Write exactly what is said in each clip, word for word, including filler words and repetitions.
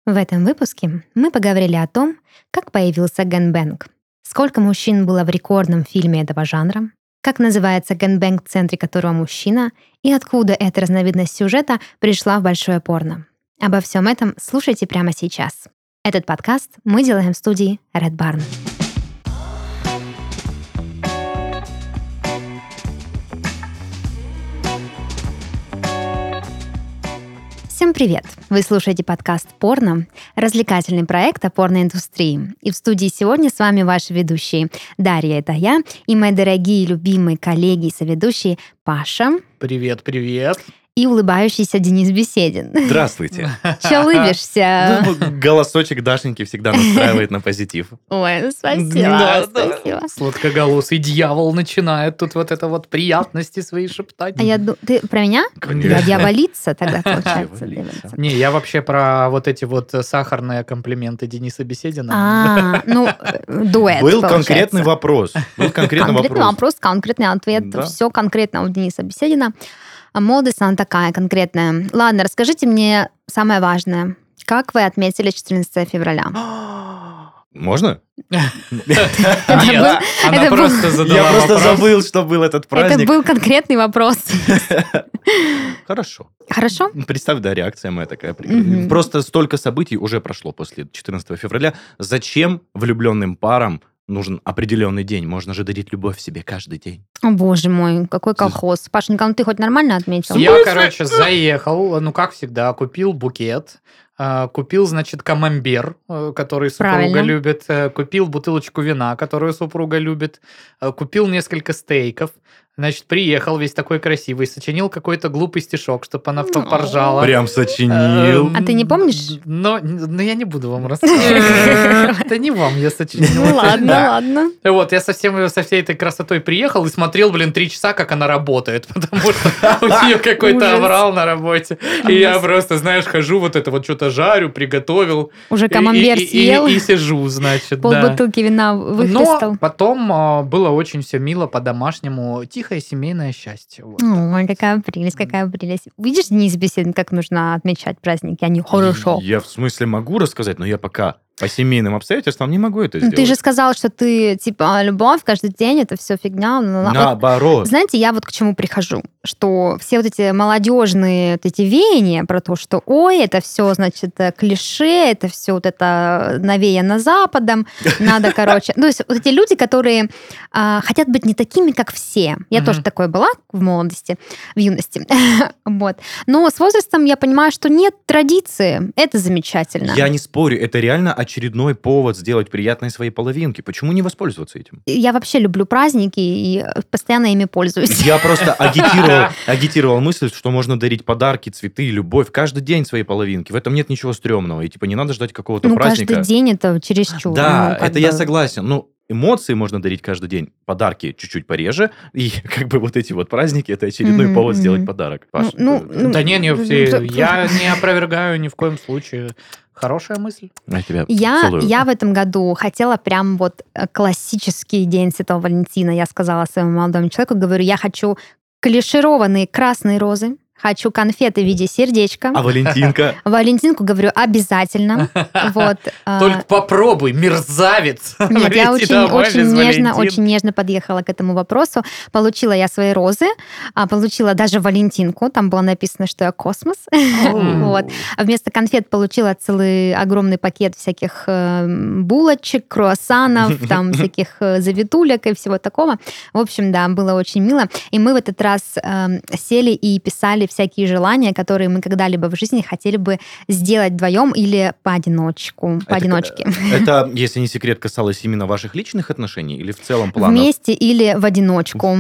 В этом выпуске мы поговорили о том, как появился гэнбэнг, сколько мужчин было в рекордном фильме этого жанра, как называется гэнбэнг, в центре которого мужчина, и откуда эта разновидность сюжета пришла в большое порно. Обо всем этом слушайте прямо сейчас. Этот подкаст мы делаем в студии Red Barn. Всем привет! Вы слушаете подкаст «Порно», развлекательный проект о порноиндустрии. И в студии сегодня с вами ваши ведущие Дарья, это я, и мои дорогие, любимые коллеги и соведущие Паша. Привет, привет. И улыбающийся Денис Беседин. Здравствуйте. Че улыбишься? Ну, голосочек Дашеньки всегда настраивает на позитив. Ой, ну спасибо, Да, спасибо. да. Сладкоголосый дьявол начинает тут вот это вот приятности свои шептать. А я ду- Ты про меня? Конечно. Я дьяволица тогда, получается. Дьяволица. девица. Не, я вообще про вот эти вот сахарные комплименты Дениса Беседина. А, ну, э, дуэт, Был получается. конкретный вопрос. Был конкретный Конкретный вопрос. вопрос, конкретный ответ. Да. Все конкретно у Дениса Беседина. А молодость, она такая конкретная. Ладно, расскажите мне самое важное. Как вы отметили четырнадцатое февраля? Можно? Нет, был- она это был- просто задала Я просто вопрос. забыл, что был этот Это праздник. был конкретный вопрос. Хорошо. Хорошо? Представь, да, реакция моя такая. Мгм. Просто столько событий уже прошло после четырнадцатого февраля. Зачем влюбленным парам нужен определенный день? Можно же дарить любовь себе каждый день. О, боже мой, какой колхоз. Пашенька, ну ты хоть нормально отметил? Я, короче, заехал, ну, как всегда, купил букет, э, купил, значит, камамбер, э, который супруга Правильно. любит, э, купил бутылочку вина, которую супруга любит, э, купил несколько стейков, значит, приехал весь такой красивый, сочинил какой-то глупый стишок, чтобы она Ну. поржала. Прям сочинил. Эм, А ты не помнишь? Но, но я не буду вам рассказывать. Это не вам я сочинил. Ну ладно, ладно. Вот, я совсем со всей этой красотой приехал и смотрел, блин, три часа, как она работает, потому что у нее какой-то Ужас. аврал на работе. И я просто, знаешь, хожу, вот это вот что-то жарю, приготовил. Уже и- камамбер и- и- съел, И и сижу, значит, да. полбутылки вина выхлестал. Но потом а, было очень все мило, по-домашнему, тихое семейное счастье. Вот. Ой, какая прелесть, какая прелесть. Видишь, Денис Беседин, как нужно отмечать праздники? Они хорошо. Я в смысле могу рассказать, но я пока по семейным обстоятельствам не могу это Ну, сделать. ты же сказал, что ты, типа, любовь каждый день, это все фигня. Ну, вот, Наоборот. знаете, я вот к чему прихожу, что все вот эти молодежные вот эти веяния про то, что, ой, это все, значит, э, клише, это все вот это навеяно Западом, надо, короче... Ну, то есть вот эти люди, которые а, хотят быть не такими, как все. Я Мгм. тоже такой была в молодости, в юности. Вот. Но с возрастом я понимаю, что нет традиции. Это замечательно. Я не спорю, это реально очередной повод сделать приятной своей половинке. Почему не воспользоваться этим? Я вообще люблю праздники и постоянно ими пользуюсь. Я просто агитировал, агитировал мысль, что можно дарить подарки, цветы, любовь каждый день своей половинке. В этом нет ничего стрёмного. И типа не надо ждать какого-то Ну, праздника. каждый день это чересчур. Да, Ну, как это я бы. согласен. Ну, эмоции можно дарить каждый день, подарки чуть-чуть пореже. И как бы вот эти вот праздники, это очередной Мгм, повод мгм. сделать подарок. Паш, Ну, э, ну, Да не, не, ну, все, ну, я не опровергаю ни в коем случае. Хорошая мысль. я тебя Я, целую. я в этом году хотела прям вот э, классический день Святого Валентина. Я сказала своему молодому человеку, говорю, я хочу клишированные красные розы, хочу конфеты в виде сердечка. А Валентинка? Валентинку, говорю, обязательно. Вот. а, Только попробуй, мерзавец. Нет, я Прийти очень, домой очень без нежно, Валентин. очень нежно подъехала к этому вопросу. Получила я свои розы, а получила даже Валентинку. Там было написано, что я космос. Вот. А вместо конфет получила целый огромный пакет всяких э, булочек, круассанов, там всяких э, завитулек и всего такого. В общем, да, было очень мило. И мы в этот раз э, сели и писали всякие желания, которые мы когда-либо в жизни хотели бы сделать вдвоем или поодиночку, поодиночке. Это, если не секрет, касалось именно ваших личных отношений или в целом планов? Вместе или в одиночку.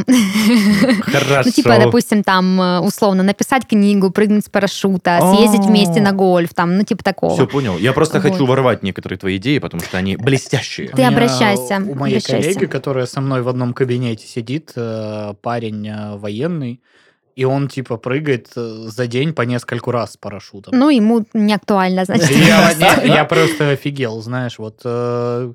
Хорошо. Ну, типа, допустим, там, э, условно, написать книгу, прыгнуть с парашюта, съездить О. вместе на гольф, там, ну, типа такого. Все понял. Я просто Вот. хочу ворвать некоторые твои идеи, потому что они блестящие. Ты У меня обращайся, У моей обращайся. коллеги, которая со мной в одном кабинете сидит, э, парень э, военный, и он типа прыгает э, за день по нескольку раз с парашютом. Ну, ему не актуально, значит. Я, не- я просто офигел, знаешь, вот э,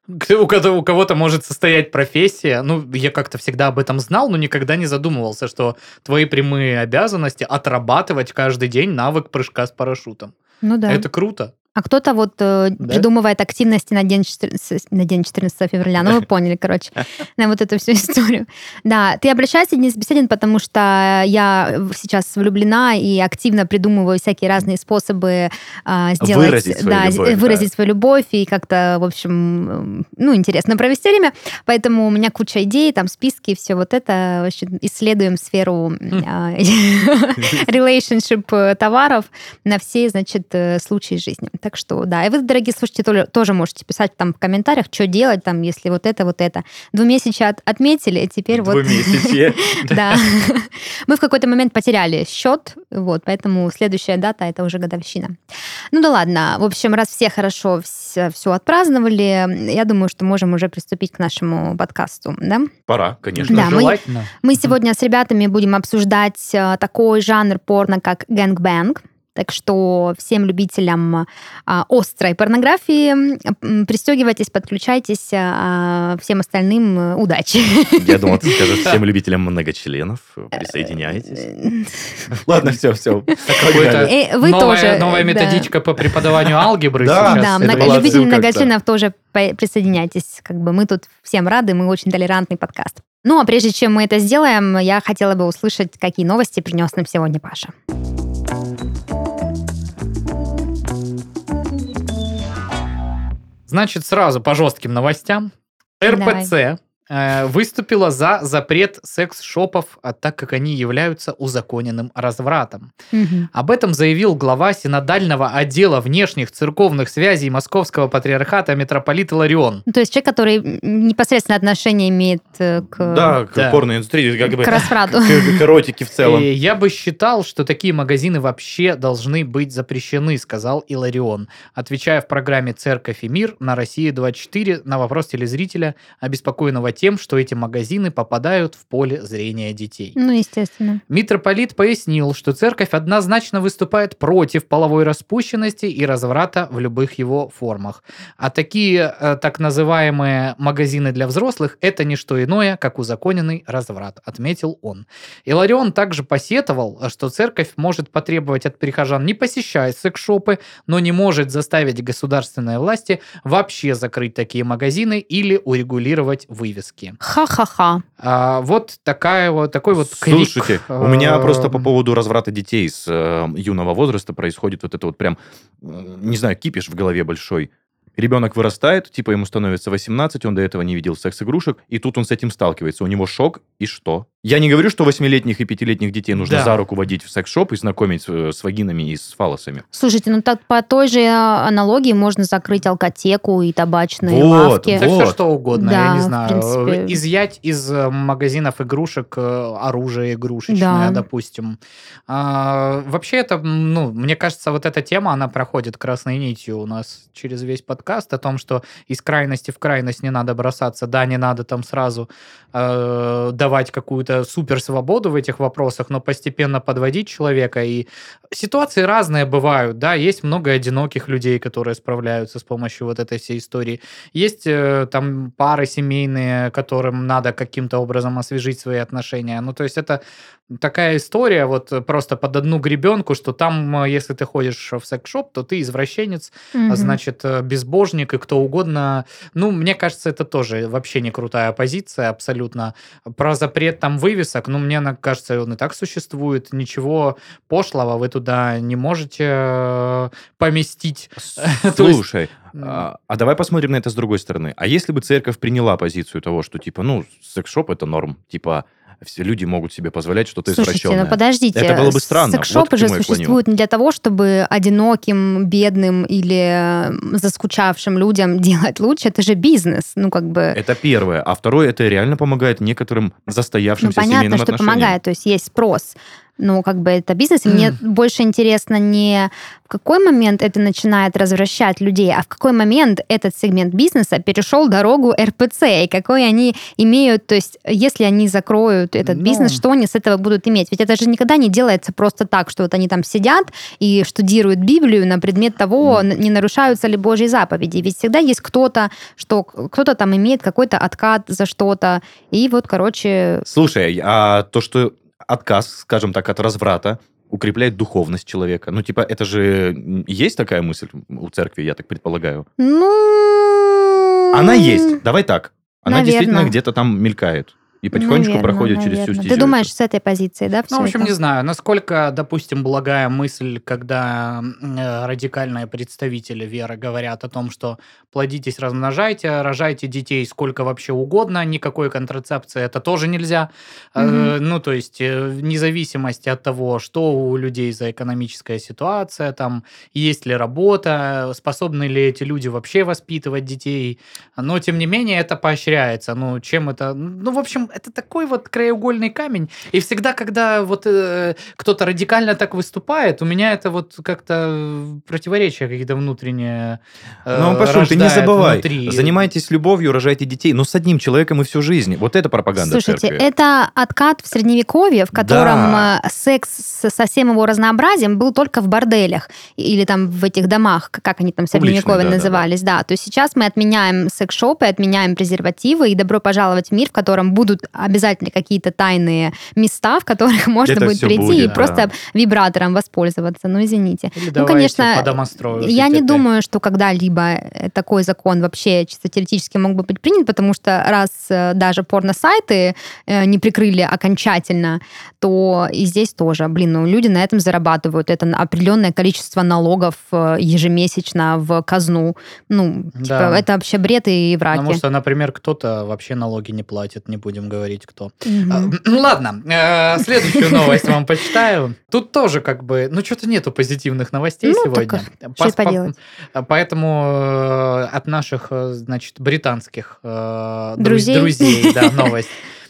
у кого- у кого-то может состоять профессия, ну, я как-то всегда об этом знал, но никогда не задумывался, что твои прямые обязанности отрабатывать каждый день навык прыжка с парашютом. Ну да. Это круто. А кто-то вот э, Да? придумывает активности на день, четыр- на день четырнадцатого февраля. Ну, вы поняли, короче, на вот эту всю историю. Да, ты обращайся, Денис Беседин, потому что я сейчас влюблена и активно придумываю всякие разные способы э, сделать... Выразить свою да, любовь, выразить да. свою любовь и как-то, в общем, ну, интересно провести время. Поэтому у меня куча идей, там списки, все вот это. Вообще, исследуем сферу э, relationship товаров на все, значит, э, случаи жизни. Так что, да. И вы, дорогие слушатели, тоже, тоже можете писать там в комментариях, что делать, там, если вот это, вот это. Двумесячие от- отметили, теперь вот... Двумесячье. Да. Мы в какой-то момент потеряли счет, вот, поэтому следующая дата — это уже годовщина. Ну да ладно. В общем, раз все хорошо все, все отпраздновали, я думаю, что можем уже приступить к нашему подкасту, да? Пора, конечно. Да, мы- Желательно. Мы сегодня с ребятами будем обсуждать э, такой жанр порно, как гэнгбэнг. Так что всем любителям а, острой порнографии м, пристегивайтесь, подключайтесь, а всем остальным э, удачи. Я думал, ты скажешь всем любителям многочленов. Присоединяйтесь. Ладно, все, все. Какой-то Э, Вы новая, тоже. новая да. методичка по преподаванию алгебры Да, сейчас. Да, это много- была любители отсылка к многочленов тоже по- присоединяйтесь. Как бы мы тут всем рады, мы очень толерантный подкаст. Ну, а прежде чем мы это сделаем, я хотела бы услышать, какие новости принес нам сегодня Паша. Значит, сразу по жестким новостям. эр пэ цэ э, выступила за запрет секс-шопов, а так как они являются узаконенным развратом. Мгм. Об этом заявил глава синодального отдела внешних церковных связей Московского патриархата митрополит Иларион. Ну, то есть человек, который м, непосредственно отношение имеет э, к, Да, к Да. порной индустрии, как бы к разврату. к к эротике в целом. И я бы считал, что такие магазины вообще должны быть запрещены, сказал Иларион, отвечая в программе «Церковь и мир» на Россия двадцать четыре на вопрос телезрителя, обеспокоенного тем, что эти магазины попадают в поле зрения детей. Ну, естественно. Митрополит пояснил, что церковь однозначно выступает против половой распущенности и разврата в любых его формах. А такие э, так называемые магазины для взрослых – это не что иное, как узаконенный разврат, отметил он. Иларион также посетовал, что церковь может потребовать от прихожан не посещать секс-шопы, но не может заставить государственные власти вообще закрыть такие магазины или урегулировать вывески. Ха-ха-ха. А, вот такая вот такой вот крик. Слушайте, у меня просто по эм, поводу разврата детей с э, юного возраста происходит вот это вот прям, э, не знаю, кипиш в голове большой. Ребенок вырастает, типа ему становится восемнадцать, он до этого не видел секс-игрушек, и тут он с этим сталкивается. У него шок, и что? Я не говорю, что восьмилетних и пятилетних детей нужно Да. за руку водить в секс-шоп и знакомить э, с вагинами и с фаллосами. Слушайте, ну так по той же аналогии можно закрыть алкотеку и табачные Вот, лавки. Да Вот. все что угодно, Да, я не в знаю. принципе. Изъять из э, магазинов игрушек э, оружие игрушечное, Да. допустим. А, вообще это, м, ну, мне кажется, вот эта тема, она проходит красной нитью у нас через весь подкаст о том, что из крайности в крайность не надо бросаться. Да, не надо там сразу э, давать какую-то суперсвободу в этих вопросах, но постепенно подводить человека. И ситуации разные бывают, да, есть много одиноких людей, которые справляются с помощью вот этой всей истории. Есть э, там пары семейные, которым надо каким-то образом освежить свои отношения. Ну, то есть это такая история вот просто под одну гребенку, что там, э, если ты ходишь в секс-шоп, то ты извращенец, Мгм. а значит, э, безбожник и кто угодно. Ну, мне кажется, это тоже вообще не крутая позиция абсолютно. Про запрет там вывесок, ну, мне на- кажется, он и так существует. Ничего пошлого вы туда не можете э, поместить. То есть, Слушай, а, а давай посмотрим на это с другой стороны. А если бы церковь приняла позицию того, что типа, ну, секс-шоп это норм, типа все люди могут себе позволять что-то Слушайте, извращенное. ну подождите. Это было бы странно. Секс-шопы Вот к же чему я клоню. существуют не для того, чтобы одиноким, бедным или м, заскучавшим людям делать лучше. Это же бизнес. Ну, как бы... Это первое. А второе, это реально помогает некоторым Ну, застоявшимся понятно, семейным что отношениям. помогает, то есть есть спрос. Ну, как бы это бизнес. И мне больше интересно не в какой момент это начинает развращать людей, а в какой момент этот сегмент бизнеса перешел дорогу эр пэ цэ, и какой они имеют, то есть если они закроют этот Ну. бизнес, что они с этого будут иметь? Ведь это же никогда не делается просто так, что вот они там сидят и штудируют Библию на предмет того, н- не нарушаются ли Божьи заповеди. Ведь всегда есть кто-то, что кто-то там имеет какой-то откат за что-то, и вот, короче, Слушай, а то, что отказ, скажем так, от разврата, укрепляет духовность человека. Ну, типа, это же есть такая мысль у церкви, я так предполагаю? Ну... Она есть, давай так. Она Наверно. действительно где-то там мелькает. И потихонечку Наверно, проходит через наверно. всю стезю. Ты думаешь, с этой позиции, да, все Ну, в общем, это? не знаю, насколько, допустим, благая мысль, когда э, радикальные представители веры говорят о том, что плодитесь, размножайте, рожайте детей сколько вообще угодно, никакой контрацепции это тоже нельзя. Э, ну, то есть, э, вне зависимости от того, что у людей за экономическая ситуация, там, есть ли работа, способны ли эти люди вообще воспитывать детей, но, тем не менее, это поощряется. Ну, чем это... Ну, в общем, это такой вот краеугольный камень. И всегда, когда вот э, кто-то радикально так выступает, у меня это вот как-то противоречия какие-то внутренние э, Ну, Пашун, ты не рождает забывай. внутри. Занимайтесь любовью, рожайте детей. Но с одним человеком и всю жизнь. Вот это пропаганда Слушайте, церкви. это откат в Средневековье, в котором Да. э, секс со со всем его разнообразием был только в борделях или там в этих домах, к- как они там в Публичные, Средневековье да, да, назывались. Да, то есть сейчас мы отменяем секс-шопы, отменяем презервативы, и добро пожаловать в мир, в котором будут обязательно какие-то тайные места, в которых можно Это будет всё прийти будет, и да. просто вибратором воспользоваться. Ну, извините. Или Ну, давайте конечно, по домострою я не ТТ. думаю, что когда-либо э, такой закон вообще чисто теоретически мог бы быть принят, потому что раз э, даже порно-сайты э, не прикрыли окончательно, то и здесь тоже, блин, ну люди на этом зарабатывают. Это на- определенное количество налогов э, ежемесячно в казну. Ну, типа, Да. это вообще бред и враки. Потому что, например, кто-то вообще налоги не платит, не будем говорить кто. Мгм. А, Ну ладно, э, следующую новость вам почитаю. Тут тоже как бы, ну что-то нету позитивных новостей Ну, сегодня. так, что и Пос- по- поделать. Поэтому э, от наших, э, значит, британских э, друз- Друзей. друзей, да, новость.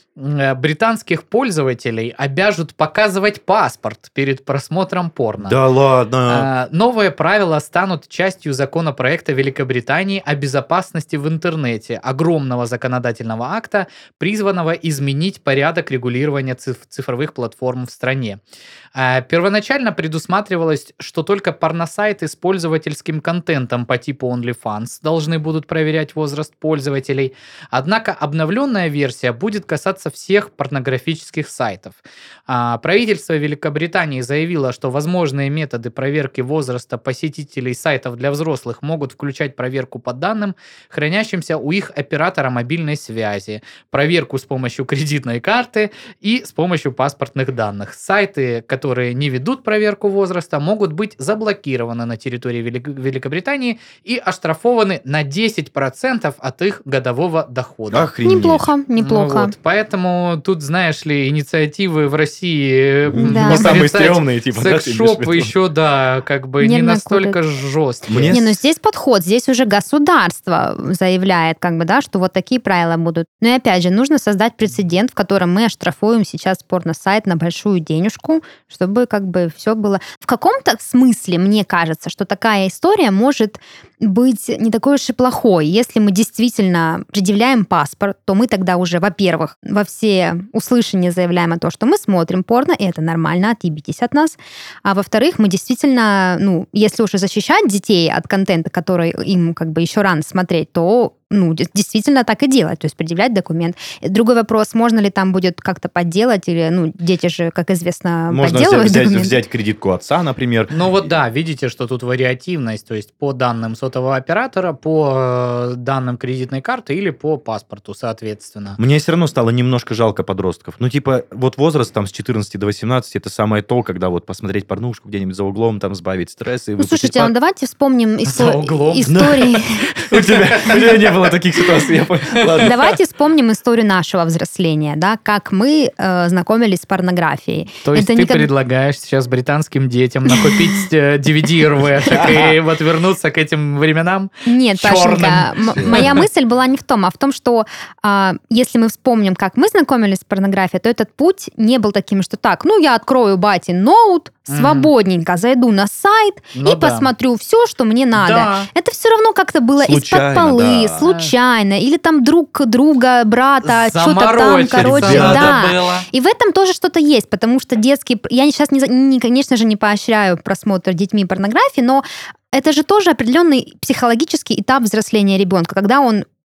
Э, Британских пользователей обяжут показывать паспорт перед просмотром порно. Да ладно. А, Новые правила станут частью законопроекта Великобритании о безопасности в интернете, огромного законодательного акта, призванного изменить порядок регулирования циф- цифровых платформ в стране. А, Первоначально предусматривалось, что только порносайты с пользовательским контентом по типу OnlyFans должны будут проверять возраст пользователей. Однако обновленная версия будет касаться всех порнографических сайтов. А, Правительство Великобритании заявило, что возможные методы проверки возраста посетителей сайтов для взрослых могут включать проверку по данным, хранящимся у их оператора мобильной связи, проверку с помощью кредитной карты и с помощью паспортных данных. Сайты, которые не ведут проверку возраста, могут быть заблокированы на территории Велик- Великобритании и оштрафованы на десять процентов от их годового дохода. Охренеть. Неплохо, неплохо. Ну вот, поэтому тут, знаешь ли, инициативы в России м, Да. Не самые порицать стрёмные, типа, да, ты имеешь в секс-шопы виду? еще, да, как бы не Нервно настолько жесткие. Мне Не, ну здесь подход, здесь уже государство заявляет, как бы, да, что вот такие правила будут. Но и опять же, нужно создать прецедент, в котором мы оштрафуем сейчас порно-сайт на большую денежку, чтобы как бы все было... В каком-то смысле, мне кажется, что такая история может быть не такой уж и плохой. Если мы действительно предъявляем паспорт, то мы тогда уже, во-первых, во все услышания заявляем о том, что мы смотрим порно, и это нормально, отъебитесь от нас. А во-вторых, мы действительно, ну, если уже защищать детей от контента, который им как бы еще рано смотреть, то ну, де- действительно так и делать, то есть предъявлять документ. Другой вопрос, можно ли там будет как-то подделать, или, ну, дети же, как известно, Можно взять, подделывают взять, документы. взять кредитку отца, например. Ну вот да, видите, что тут вариативность, то есть по данным сотового оператора, по э, данным кредитной карты или по паспорту, соответственно. Мне все равно стало немножко жалко подростков. Ну, типа, вот возраст там с четырнадцати до восемнадцати, это самое то, когда вот посмотреть порнушку где-нибудь за углом, там сбавить стресс и Ну, выпустить слушайте, пар. ну давайте вспомним За исто- углом. истории. У тебя у тебя не было таких ситуаций, я понял. Ладно. Давайте вспомним историю нашего взросления, да, как мы э, знакомились с порнографией. То есть Это ты никак- предлагаешь сейчас британским детям накупить э, ди ви ди и эр ви и вот вернуться к этим временам? Нет, Чёрным. Пашенька, м- моя мысль была не в том, а в том, что а, если мы вспомним, как мы знакомились с порнографией, то этот путь не был таким, что так, ну, я открою батин ноут, Мгм. свободненько зайду на сайт Ну и да. посмотрю все, что мне надо. Да. Это все равно как-то было Случайно, из-под полы, да. случайно, или там друг друга, брата, что-то там, Заморочиться короче, надо да. было. И в этом тоже что-то есть, потому что детские... Я сейчас, не, за- не, конечно же, не поощряю просмотр детьми порнографии, но это же тоже определенный психологический этап взросления ребенка, когда он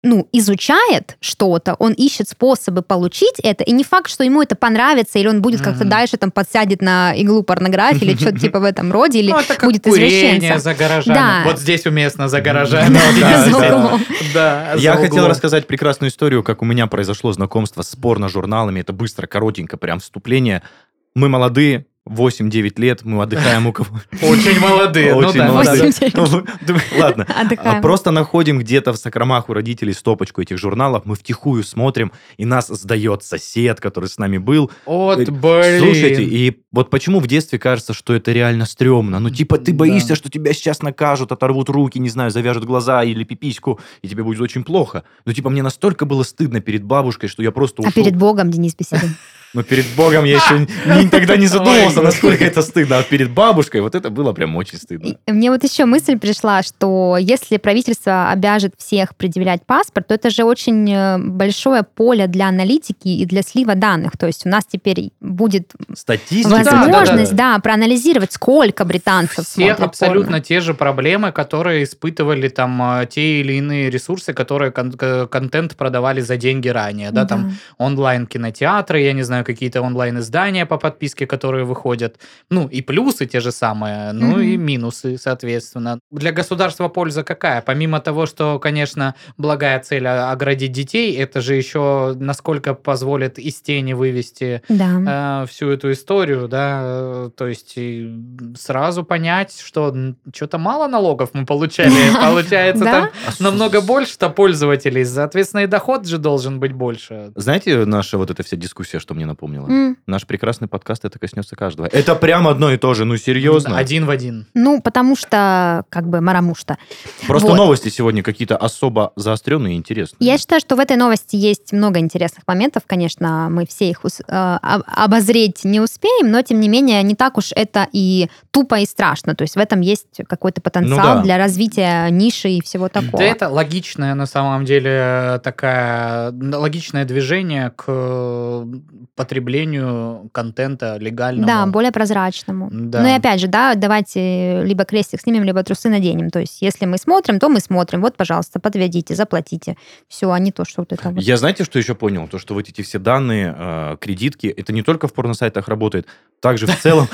ну, изучает что-то, он ищет способы получить это, и не факт, что ему это понравится, или он будет mm-hmm. как-то дальше там подсядет на иглу порнографии или что-то типа в этом роде, или ну, это как будет извращенцем. За гаражами. Да. Вот здесь уместно за гаражами. Я хотел рассказать прекрасную историю, как у меня произошло знакомство с порно-журналами. Это быстро, коротенько, прям вступление. Мы молодые, восемь-девять лет, мы отдыхаем у кого... Очень молодые. Очень ну, молодые. Да. Ладно. Отдыхаем. Просто находим где-то в закромах у родителей стопочку этих журналов, мы втихую смотрим, и нас сдает сосед, который с нами был. Вот, блин. Слушайте, и вот почему в детстве кажется, что это реально стрёмно? Ну, типа, ты боишься, да. что тебя сейчас накажут, оторвут руки, не знаю, завяжут глаза или пипиську, и тебе будет очень плохо. Ну, типа, мне настолько было стыдно перед бабушкой, что я просто ушел. А перед Богом, Денис Беседин? Но перед Богом я еще никогда не задумывался, насколько это стыдно. А перед бабушкой вот это было прям очень стыдно. Мне вот еще мысль пришла, что если правительство обяжет всех предъявлять паспорт, то это же очень большое поле для аналитики и для слива данных. То есть у нас теперь будет статистика, возможность да, да, да. да, проанализировать, сколько британцев Все абсолютно порно. Те же проблемы, которые испытывали там те или иные ресурсы, которые кон- контент продавали за деньги ранее. Да, да. Там онлайн-кинотеатры, я не знаю, какие-то онлайн-издания по подписке, которые выходят. Ну, и плюсы те же самые, ну, mm-hmm. и минусы, соответственно. Для государства польза какая? Помимо того, что, конечно, благая цель оградить детей, это же еще насколько позволит из тени вывести да. э, всю эту историю, да, то есть сразу понять, что что-то мало налогов мы получали, получается, там намного больше-то пользователей, соответственно, и доход же должен быть больше. Знаете, наша вот эта вся дискуссия, что мне напомнила? Mm. Наш прекрасный подкаст, это коснется каждого. Это прям одно и то же, ну серьезно. Один в один. Ну, потому что, как бы, марамушта. Просто вот. Новости сегодня какие-то особо заостренные и интересные. Я считаю, что в этой новости есть много интересных моментов. Конечно, мы все их э, обозреть не успеем, но, тем не менее, не так уж это и тупо и страшно. То есть в этом есть какой-то потенциал ну, да. для развития ниши и всего такого. Да это логичное, на самом деле, такая, логичное движение к потреблению контента легального. Да, более прозрачному. Да. Ну и опять же, да, давайте либо крестик снимем, либо трусы наденем. То есть если мы смотрим, то мы смотрим. Вот, пожалуйста, подведите, заплатите. Все, а не то, что вот это вот. Я знаете, что еще понял? То, что вот эти все данные, э, кредитки, это не только в порносайтах работает, также в целом...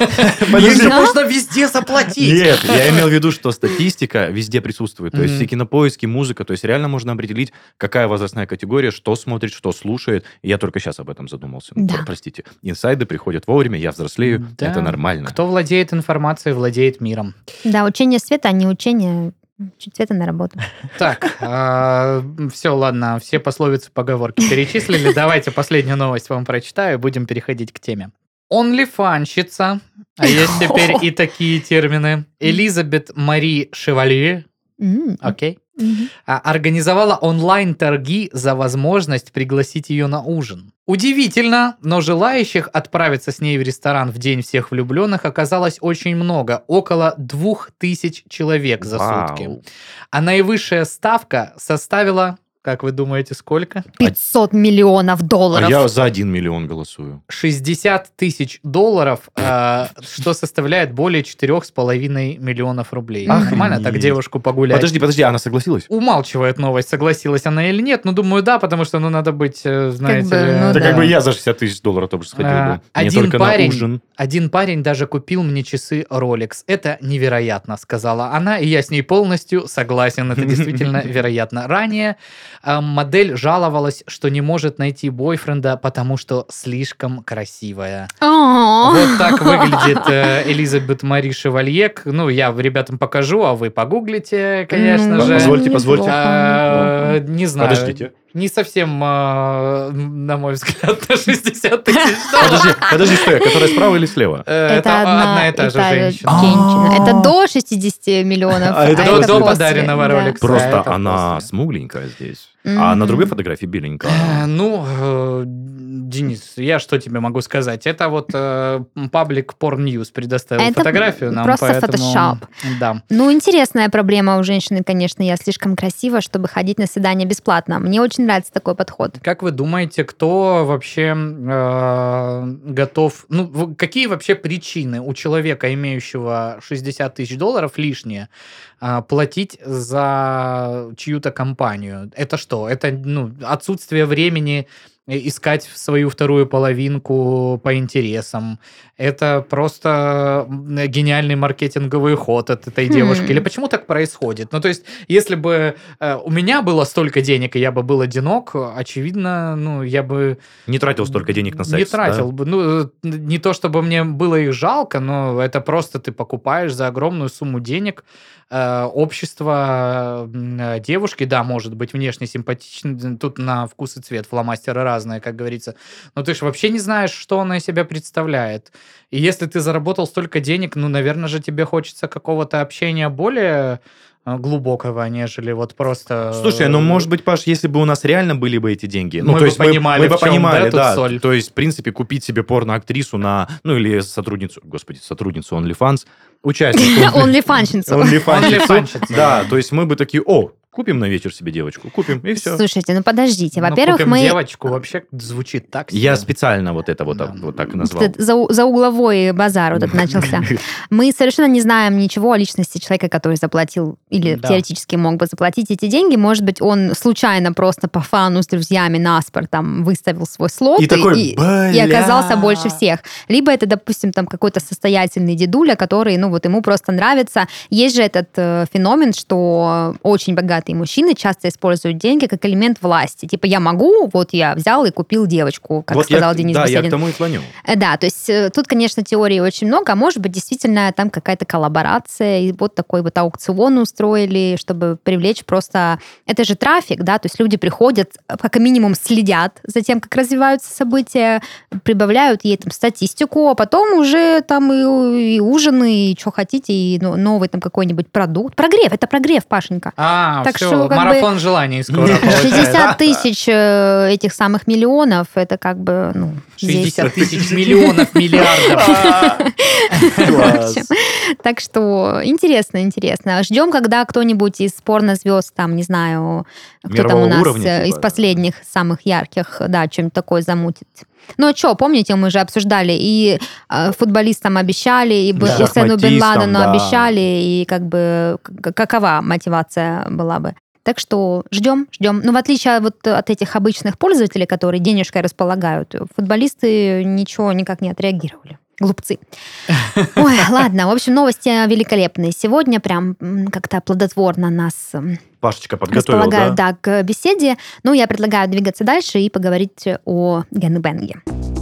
Можно везде заплатить. Нет, я имел в виду, что статистика везде присутствует. То есть все кинопоиски, музыка, то есть реально можно определить, какая возрастная категория, что смотрит, что слушает. И я только сейчас об этом задумался. Да. Простите. Инсайды приходят вовремя, я взрослею, да. это нормально. Кто владеет информацией, владеет миром. Да, учение света, а не учение чуть света на работу. Так, все, ладно, все пословицы, поговорки перечислили. Давайте последнюю новость вам прочитаю, будем переходить к теме. Онлифанщица, а есть теперь и такие термины, Элизабет Мари Шевалье, окей, mm-hmm. организовала онлайн-торги за возможность пригласить ее на ужин. Удивительно, но желающих отправиться с ней в ресторан в День всех влюбленных оказалось очень много, около двух тысяч человек за Вау. сутки. А наивысшая ставка составила... Как вы думаете, сколько? пятьсот миллионов долларов. А я за один миллион голосую. шестьдесят тысяч долларов, э, что составляет более четырех с половиной миллионов рублей. Охренеть. Нормально так девушку погулять? Подожди, подожди, она согласилась? Умалчивает новость, согласилась она или нет. Ну, думаю, да, потому что, ну, надо быть, знаете... Как бы, ли, ну, да, да. как бы я за шестьдесят тысяч долларов тоже сходил а, бы. Один Не только парень, на ужин. Один парень даже купил мне часы Rolex. Это невероятно, сказала она, и я с ней полностью согласен. Это действительно вероятно. Ранее э, модель жаловалась, что не может найти бойфренда, потому что слишком красивая. Вот так выглядит э, Элизабет Мари Шевалье. Ну, я ребятам покажу, а вы погуглите, конечно Mm, же. Позвольте, позвольте. А, не знаю. Подождите. Не совсем, э, на мой взгляд, на шестьдесят тысяч долларов. Подожди, подожди, стой, которая справа или слева? Это, это одна, одна и та же женщина. женщина. Это до шестидесяти миллионов. А это до, после. до подаренного Да. Rolex. Просто а она после. смугленькая здесь. Mm-hmm. А на другой фотографии беленькая. Э, Ну, э, Денис, я что тебе могу сказать? Это вот э, паблик Porn News предоставил Это фотографию нам, просто поэтому... фотошоп. Да. Ну, интересная проблема у женщины, конечно. Я слишком красива, чтобы ходить на свидание бесплатно. Мне очень нравится такой подход. Как вы думаете, кто вообще э, готов... Ну, в- какие вообще причины у человека, имеющего шестьдесят тысяч долларов лишние, э, платить за чью-то компанию? Это что что? Это ну, отсутствие времени искать свою вторую половинку по интересам. Это просто гениальный маркетинговый ход от этой Хм. девушки. Или почему так происходит? Ну, то есть, если бы э, у меня было столько денег, и я бы был одинок, очевидно, ну, я бы... Не тратил столько денег на секс. Не тратил да? бы. Ну, не то, чтобы мне было их жалко, но это просто ты покупаешь за огромную сумму денег э, общество э, девушки, да, может быть внешне симпатичной, тут на вкус и цвет фломастеры разные, как говорится, но ты же вообще не знаешь, что она из себя представляет. И если ты заработал столько денег, ну, наверное же, тебе хочется какого-то общения более э, глубокого, нежели вот просто... Слушай, ну, может быть, Паш, если бы у нас реально были бы эти деньги, ну, Мы то бы есть понимали, мы, мы бы в чем, понимали, да, тут да, соль. то есть, в принципе, купить себе порноактрису на, ну, или сотрудницу, господи, сотрудницу OnlyFans, участницу... OnlyFans-щицу. OnlyFans-щицу, OnlyFans-щицу, да, да. то есть мы бы такие, о, купим на вечер себе девочку, купим, и все. Слушайте, ну подождите. Ну, Во-первых, купим мы... девочку вообще звучит так себе. Я специально вот это вот, Да. так- вот так назвал. Это За, за угловой базар вот этот начался. Мы совершенно не знаем ничего о личности человека, который заплатил или Да. теоретически мог бы заплатить эти деньги. Может быть, он случайно просто по фану с друзьями наспор там выставил свой слот И такой, и, бля. и оказался больше всех. Либо это, допустим, там какой-то состоятельный дедуля, который, ну вот ему просто нравится. Есть же этот э, феномен, что очень богатые мужчины часто используют деньги как элемент власти. Типа я могу, вот я взял и купил девочку, как Вот сказал я, Денис да, я Беседин. к тому и клоню. Э, Да, то есть э, тут, конечно, теорий очень много, а может быть, действительно там какая-то коллаборация, и вот такой вот аукцион устроили, чтобы привлечь просто... Это же трафик, да, то есть люди приходят, как минимум следят за тем, как развиваются события, прибавляют ей там статистику, а потом уже там и, и ужины, и что хотите, и ну, новый там какой-нибудь продукт. Прогрев, это прогрев, Пашенька. А, Так все, что, как марафон желаний скоро получается. шестьдесят тысяч э, этих самых миллионов, это как бы, ну, здесь... шестьдесят тысяч миллионов миллиардов. В общем, так что интересно, интересно. Ждем, когда кто-нибудь из порнозвезд, там, не знаю, кто там Мирового у нас уровня, э, из типа. последних самых ярких, да, что-нибудь такое замутит. Ну, а что, помните, мы же обсуждали, и э, футболистам обещали, и Б- Да. Усейну Бен Шахматистам, Ладену да. обещали, и как бы к- какова мотивация была бы. Так что ждем, ждем. Ну, в отличие вот от этих обычных пользователей, которые денежкой располагают, футболисты ничего никак не отреагировали. Глупцы. Ой, ладно. В общем, новости великолепные. Сегодня прям м, как-то плодотворно нас м, Пашечка подготовил, располагают да? да, к беседе. Ну, я предлагаю двигаться дальше и поговорить о гэнгбэнге.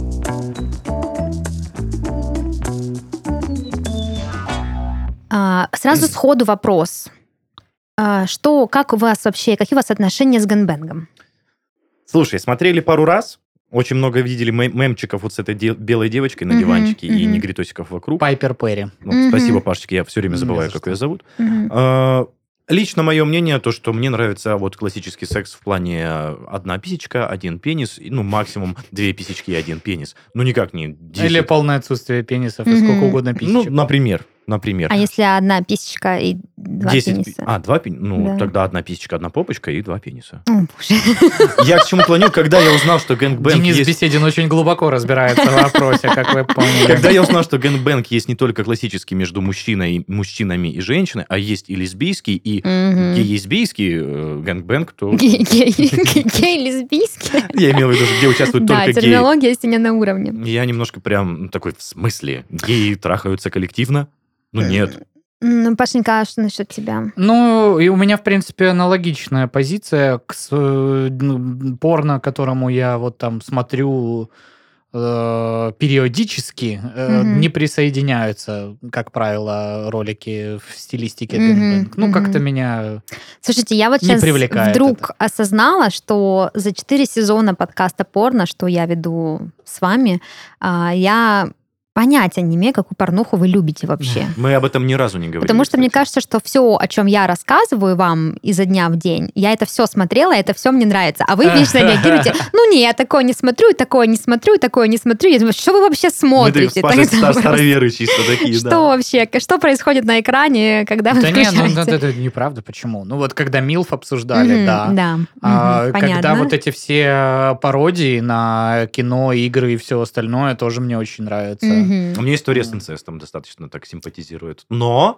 А, Сразу сходу вопрос. А, Что, как у вас вообще, какие у вас отношения с гэнгбэнгом? Слушай, смотрели пару раз, очень много видели мем- мемчиков вот с этой де- белой девочкой на Мгм, диванчике и мгм. негритосиков вокруг. Пайпер Перри. Ну, Мгм. Спасибо, Пашечке, я все время Не забываю, за как что. ее зовут. Мгм. А, Лично мое мнение, то, что мне нравится вот классический секс в плане одна писечка, один пенис, и, ну, максимум две писечки и один пенис. Ну, никак не десять. Или полное отсутствие пенисов и Мгм. сколько угодно Ну, писечек. например, например. А если одна писечка и два десять пи- пениса? А, два пениса? Ну, Да. тогда одна писечка, одна попочка и два пениса. О, боже. Я к чему клоню, когда я узнал, что гэнгбэнг Денис есть... Беседин очень глубоко разбирается в вопросе, как вы поняли. Когда я узнал, что гэнгбэнг есть не только классический между мужчиной, мужчинами и женщиной, а есть и лесбийский, и Мгм. гей-лесбийский э, гэнгбэнг, то Гей- гей- Гей-лесбийский? я имел в виду, что где участвуют Да, только геи. терминология сегодня на уровне. Я немножко прям такой, в смысле, геи трахаются коллективно? Ну нет. Ну, Пашенька, а что насчет тебя? Ну, и у меня, в принципе, аналогичная позиция к с- э, ну, порно, которому я вот там смотрю э, периодически, э, Мгм. не присоединяются, как правило, ролики в стилистике Мгм, гэнгбэнг. Ну, мгм. как-то меня... Слушайте, я вот Не сейчас привлекает вдруг это. осознала, что за четыре сезона подкаста «Порно», что я веду с вами, а, я понятия не имею, какую порнуху вы любите вообще. Мы об этом ни разу не говорили. Потому что мне кстати. кажется, что все, о чем я рассказываю вам изо дня в день, я это все смотрела, это все мне нравится. А вы вечно реагируете, ну не, я такое не смотрю, и такое не смотрю, и такое не смотрю. Я думаю, что вы вообще Мы смотрите? с Пашей Тогда стар- просто- староверы чисто такие, Что да. вообще? Что происходит на экране, когда вы Да не, ну включаете? это, это неправда. Почему? Ну вот когда Милф обсуждали, Мгм, да. Да, А, мгм, когда понятно. вот эти все пародии на кино, игры и все остальное тоже мне очень нравится. Мгм. У меня история с инцестом достаточно так симпатизирует. Но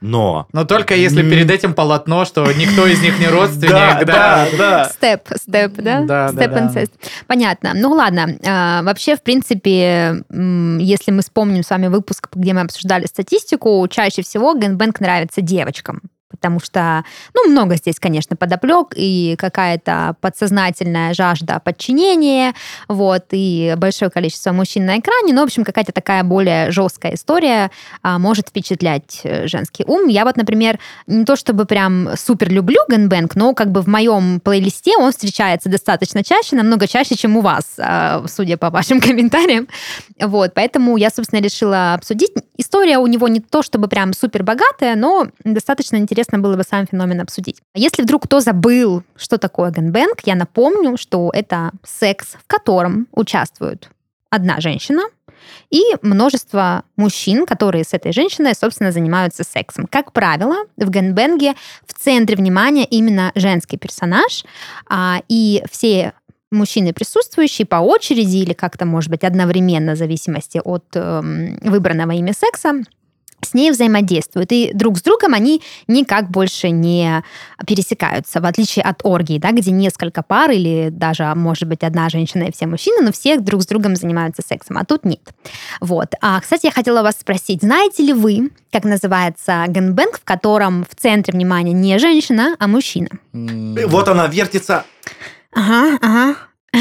но... Но только если перед этим полотно, что никто из них не родственник. Да, да, да. Степ, степ, да? Да, Степ да, да. инцест. Понятно. Ну ладно. А, вообще, в принципе, м, если мы вспомним с вами выпуск, где мы обсуждали статистику, чаще всего гэнгбэнг нравится девочкам. Потому что, ну, много здесь, конечно, подоплек, и какая-то подсознательная жажда подчинения, вот, и большое количество мужчин на экране, но, в общем, какая-то такая более жесткая история а, может впечатлять женский ум. Я вот, например, не то чтобы прям супер люблю гэнгбэнг, но как бы в моем плейлисте он встречается достаточно чаще, намного чаще, чем у вас, а, судя по вашим комментариям. Вот, поэтому я, собственно, решила обсудить. История у него не то чтобы прям супер богатая, но достаточно интересно было бы сам феномен обсудить. Если вдруг кто забыл, что такое гэнгбэнг, я напомню, что это секс, в котором участвуют одна женщина и множество мужчин, которые с этой женщиной, собственно, занимаются сексом. Как правило, в гэнгбэнге в центре внимания именно женский персонаж, и все мужчины, присутствующие по очереди или как-то, может быть, одновременно, в зависимости от выбранного ими секса, с ней взаимодействуют. И друг с другом они никак больше не пересекаются, в отличие от оргии, да, где несколько пар или даже, может быть, одна женщина и все мужчины, но все друг с другом занимаются сексом, а тут нет. Вот. А, кстати, я хотела вас спросить, знаете ли вы, как называется гэнгбэнг, в котором в центре внимания не женщина, а мужчина? Вот она вертится. Ага, ага.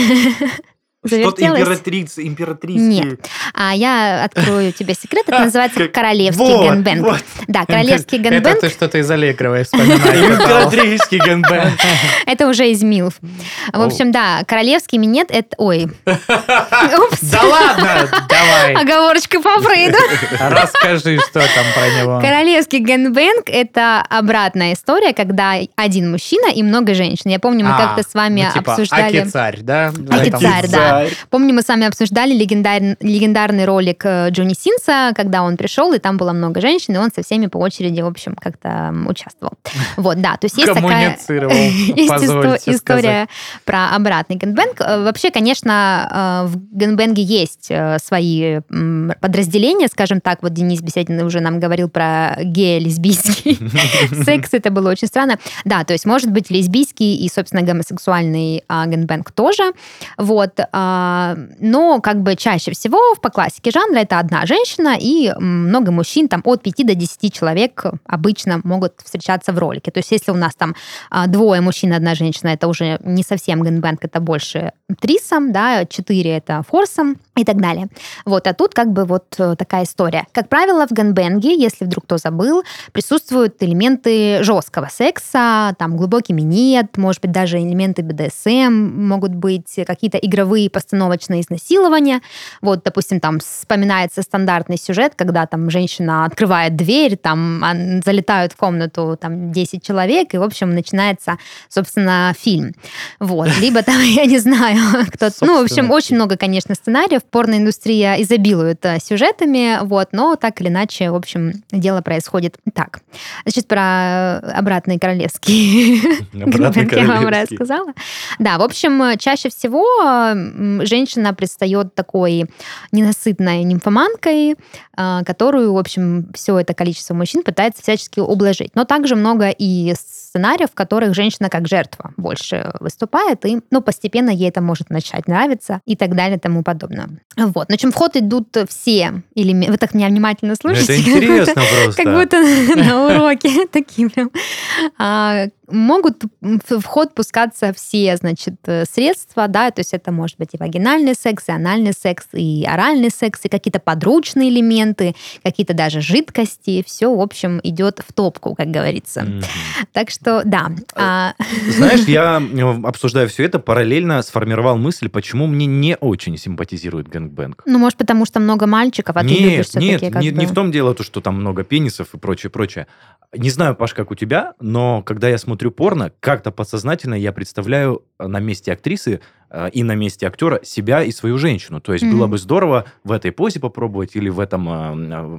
Что-то императрица, императрицкие. Нет. А я открою тебе секрет. Это называется королевский Вот, гэнгбэнг. вот. Да, королевский Это гэнгбэнг. ты что-то из Аллегровой вспоминаешь. Императрицкий гэнгбэнг. Это уже из милф. В общем, да, королевский минет это... Ой. Упс. Да ладно, давай. Оговорочка по Фрейду. Расскажи, что там про него. Королевский гэнгбэнг — это обратная история, когда один мужчина и много женщин. Я помню, мы А, как-то с вами ну, типа, обсуждали... Аки-царь, да? Аки-царь, да. Помню, мы с вами обсуждали легендар... легендарный ролик Джонни Синса, когда он пришел, и там было много женщин, и он со всеми по очереди, в общем, как-то участвовал. Вот, да, то есть есть такая есть история про обратный гэнгбэнг. Вообще, конечно, в гэнгбэнге есть свои подразделения, скажем так, вот Денис Беседин уже нам говорил про гея-лесбийский секс, это было очень странно. Да, то есть может быть лесбийский и, собственно, гомосексуальный гэнгбэнг тоже. Вот. Но как бы чаще всего по классике жанра это одна женщина и много мужчин, там от пяти до десяти человек обычно могут встречаться в ролике. То есть если у нас там двое мужчин и одна женщина, это уже не совсем гэнгбэнг, это больше трисом, да, четыре это форсом и так далее. Вот. А тут как бы вот такая история. Как правило, в гэнгбэнге, если вдруг кто забыл, присутствуют элементы жесткого секса, там глубокий минет, может быть, даже элементы бэ дэ эс эм, могут быть какие-то игровые постановочные изнасилования. Вот, допустим, там вспоминается стандартный сюжет, когда там женщина открывает дверь, там залетают в комнату там десять человек, и, в общем, начинается, собственно, фильм. Вот. Либо там, я не знаю, кто-то... Ну, в общем, очень много, конечно, сценариев. Порноиндустрия изобилует сюжетами, вот, но так или иначе, в общем, дело происходит так. Значит, про обратный королевский гэнгбэнг я вам рассказала. Да, в общем, чаще всего женщина предстает такой ненасытной нимфоманкой, которую, в общем, все это количество мужчин пытается всячески ублажить. Но также много и сценариев, в которых женщина как жертва больше выступает, и ну, постепенно ей это может начать нравиться и так далее и тому подобное. Вот. На чем в ход идут все элементы. Вы так меня внимательно слушаете. Это интересно просто. Как будто на уроке такие прям. Могут в ход пускаться все, значит, средства, да, то есть это может быть и вагинальный секс, и анальный секс, и оральный секс, и какие-то подручные элементы, какие-то даже жидкости, все, в общем, идет в топку, как говорится. Mm-hmm. Так что, да. Знаешь, я, обсуждая все это, параллельно сформировал мысль, почему мне не очень симпатизирует гэнгбэнг. Ну, может, потому что много мальчиков, а ты нет, любишь все-таки нет, как не, бы... не в том дело, то, что там много пенисов и прочее, прочее. Не знаю, Паш, как у тебя, но когда я смотрю порно, как-то подсознательно я представляю на месте актрисы э, и на месте актера себя и свою женщину. То есть mm-hmm. было бы здорово в этой позе попробовать или в этом... Э,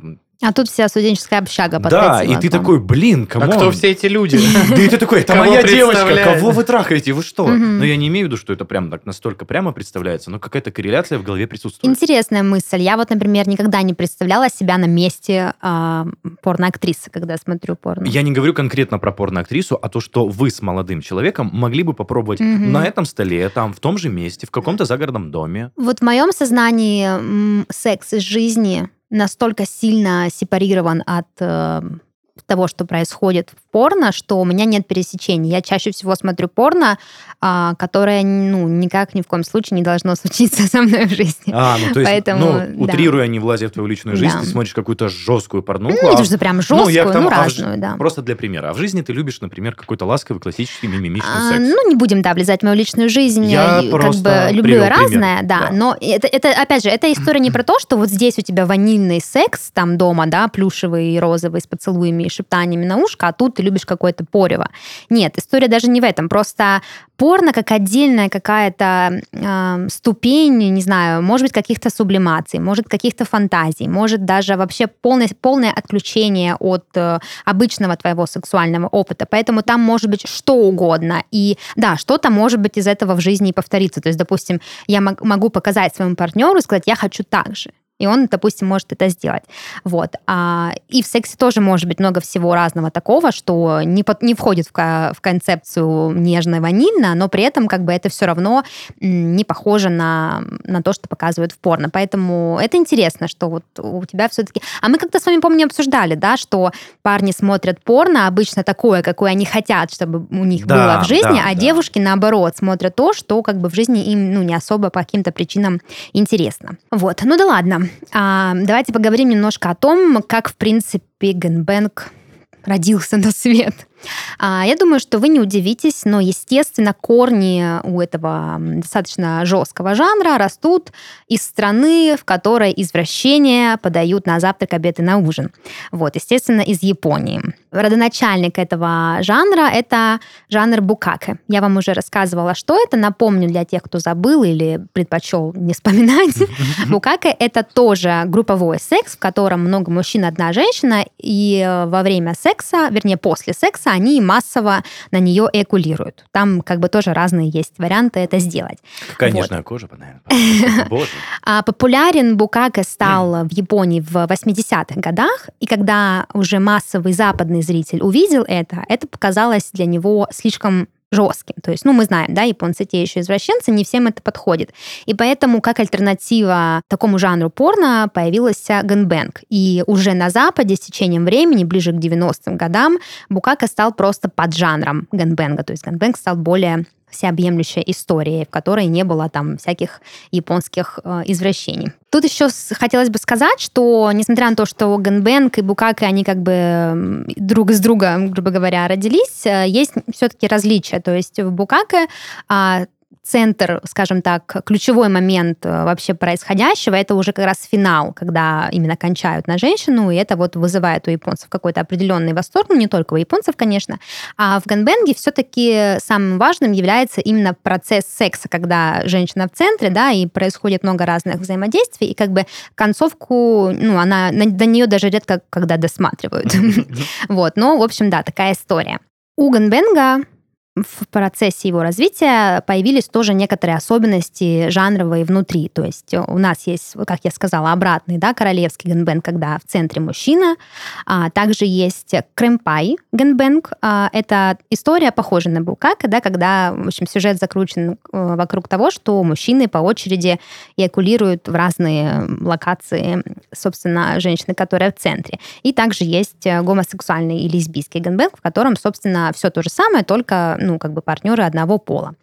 А тут вся студенческая общага Да, подкатила и ты к вам. такой, блин, А камон. кто все эти люди? Да и ты такой, это Кого моя девочка, представляет? кого вы трахаете, вы что? Мгм. Но я не имею в виду, что это прям так настолько прямо представляется, но какая-то корреляция в голове присутствует. Интересная мысль. Я вот, например, никогда не представляла себя на месте а, порноактрисы, когда смотрю порно. Я не говорю конкретно про порноактрису, а то, что вы с молодым человеком могли бы попробовать Мгм. на этом столе, там, в том же месте, в каком-то загородном доме. Вот в моем сознании м, секс из жизни настолько сильно сепарирован от э, того, что происходит в порно, что у меня нет пересечений. Я чаще всего смотрю порно, а, которое ну, никак ни в коем случае не должно случиться со мной в жизни. А, ну то есть, Поэтому, ну, да. утрируя, не влазя в твою личную жизнь, Да. ты смотришь какую-то жесткую порнуху. Ну, не а то, что прям Ну, жесткую, я к ну, тому, а в разную, жи- да. Просто для примера. А в жизни ты любишь, например, какой-то ласковый, классический, мимимишный А, секс. ну, не будем, да, влезать в мою личную жизнь. Я И, как просто бы люблю привел я пример, разное, да. да. Но это, это, опять же, эта история не про то, что вот здесь у тебя ванильный секс там дома, да, плюшевый, розовый, с поцелуями и шептаниями на ушко, а тут ты любишь какое-то порево. Нет, история даже не в этом. Просто порно как отдельная какая-то э, ступень, не знаю, может быть, каких-то сублимаций, может, каких-то фантазий, может, даже вообще полное, полное отключение от э, обычного твоего сексуального опыта. Поэтому там может быть что угодно. И да, что-то может быть из этого в жизни и повторится. То есть, допустим, я мог- могу показать своему партнеру и сказать, я хочу так же. И он, допустим, может это сделать. Вот. А, и в сексе тоже может быть много всего разного такого, что не, под- не входит в, ко- в концепцию нежно-ванильно, но при этом как бы это все равно м, не похоже на, на то, что показывают в порно. Поэтому это интересно, что вот у тебя все-таки... А мы как-то с вами, помню, обсуждали, да, что парни смотрят порно обычно такое, какое они хотят, чтобы у них Да, было в жизни, да, а да. девушки, наоборот, смотрят то, что как бы в жизни им ну, не особо по каким-то причинам интересно. Вот. Ну да ладно. А, давайте поговорим немножко о том, как, в принципе, гэнбэнг родился на свет. А, я думаю, что вы не удивитесь, но, естественно, корни у этого достаточно жесткого жанра растут из страны, в которой извращения подают на завтрак, обед и на ужин. Вот, естественно, из Японии. Родоначальник этого жанра — это жанр букаке. Я вам уже рассказывала, что это. Напомню для тех, кто забыл или предпочел не вспоминать. Букаке — это тоже групповой секс, в котором много мужчин, одна женщина, и во время секса, вернее, после секса, они массово на нее экулируют. Там как бы тоже разные есть варианты это сделать. Какая Вот. нежная кожа, наверное. Боже. А популярен букаке стал в Японии в восьмидесятых годах, и когда уже массовый западный зритель увидел это, это показалось для него слишком жестким. То есть, ну, мы знаем, да, японцы те еще извращенцы, не всем это подходит. И поэтому как альтернатива такому жанру порно появился гэнбэнг. И уже на Западе с течением времени, ближе к девяностым годам, букаке стал просто поджанром гэнбэнга. То есть гэнбэнг стал более всеобъемлющей историей, в которой не было там всяких японских э, извращений. Тут еще с- хотелось бы сказать, что несмотря на то, что гэнбэнг и букаке, они как бы м, друг из друга, грубо говоря, родились, э, есть все-таки различия. То есть в букаке а, центр, скажем так, ключевой момент э, вообще происходящего, это уже как раз финал, когда именно кончают на женщину, и это вот вызывает у японцев какой-то определенный восторг, ну не только у японцев, конечно. А в гэнбэнге все-таки самым важным является именно процесс секса, когда женщина в центре, да, и происходит много разных взаимодействий, и как бы концовку, ну, она, на- до нее даже редко когда досматривают. Вот, но, в общем, да, такая история. У гэнбэнга в процессе его развития появились тоже некоторые особенности жанровые внутри. То есть у нас есть, как я сказала, обратный, да, королевский гэнбэнг, когда в центре мужчина. А также есть крэмпай гэнбэнг. А, это история, похожая на букаке, да, когда, в общем, сюжет закручен э, вокруг того, что мужчины по очереди эякулируют в разные локации, собственно, женщины, которая в центре. И также есть гомосексуальный и лесбийский гэнбэнг, в котором, собственно, все то же самое, только ну, как бы партнеры одного пола.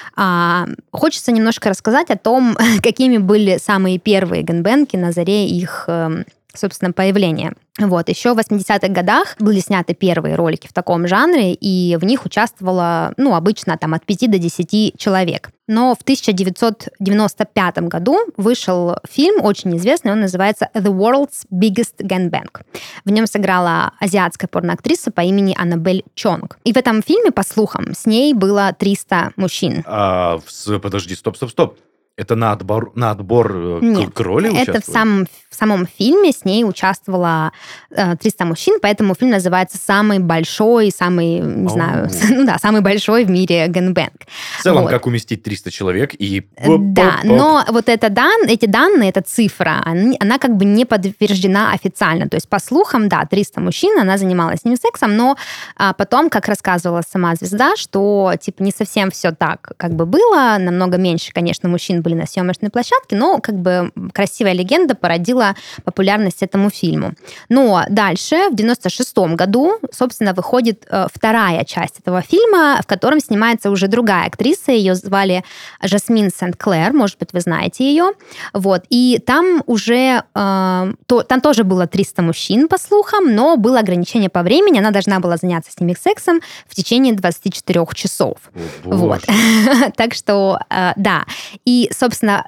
А, хочется немножко рассказать о том, какими были самые первые гэнбэнги на заре их, собственно, появления. Вот, еще в восьмидесятых годах были сняты первые ролики в таком жанре, и в них участвовало, ну, обычно там от пяти до десяти человек. Но в тысяча девятьсот девяносто пятом году вышел фильм, очень известный, он называется «The World's Biggest Gangbang». В нем сыграла азиатская порноактриса по имени Аннабель Чонг. И в этом фильме, по слухам, с ней было триста мужчин. А, с- подожди, стоп, стоп, стоп. Это на отбор, на отбор Нет, к роли это участвовали? в, самом, в самом фильме с ней участвовало э, триста мужчин, поэтому фильм называется «Самый большой», самый, не знаю, ну да, самый большой в мире гэнгбэнг. В целом, Вот. как уместить триста человек и... Да, но вот это дан, эти данные, эта цифра, они, она как бы не подтверждена официально. То есть, по слухам, да, триста мужчин, она занималась с ними сексом, но а, потом, как рассказывала сама звезда, что типа не совсем все так как бы было, намного меньше, конечно, мужчин были на съемочной площадке, но как бы красивая легенда породила популярность этому фильму. Но дальше, в девяносто шестом году, собственно, выходит э, вторая часть этого фильма, в котором снимается уже другая актриса, ее звали Жасмин Сент-Клэр, может быть, вы знаете ее. Вот. И там уже, э, то, там тоже было триста мужчин, по слухам, но было ограничение по времени, она должна была заняться с ними сексом в течение двадцати четырёх часов. О, вот. Так что, э, да. И, собственно,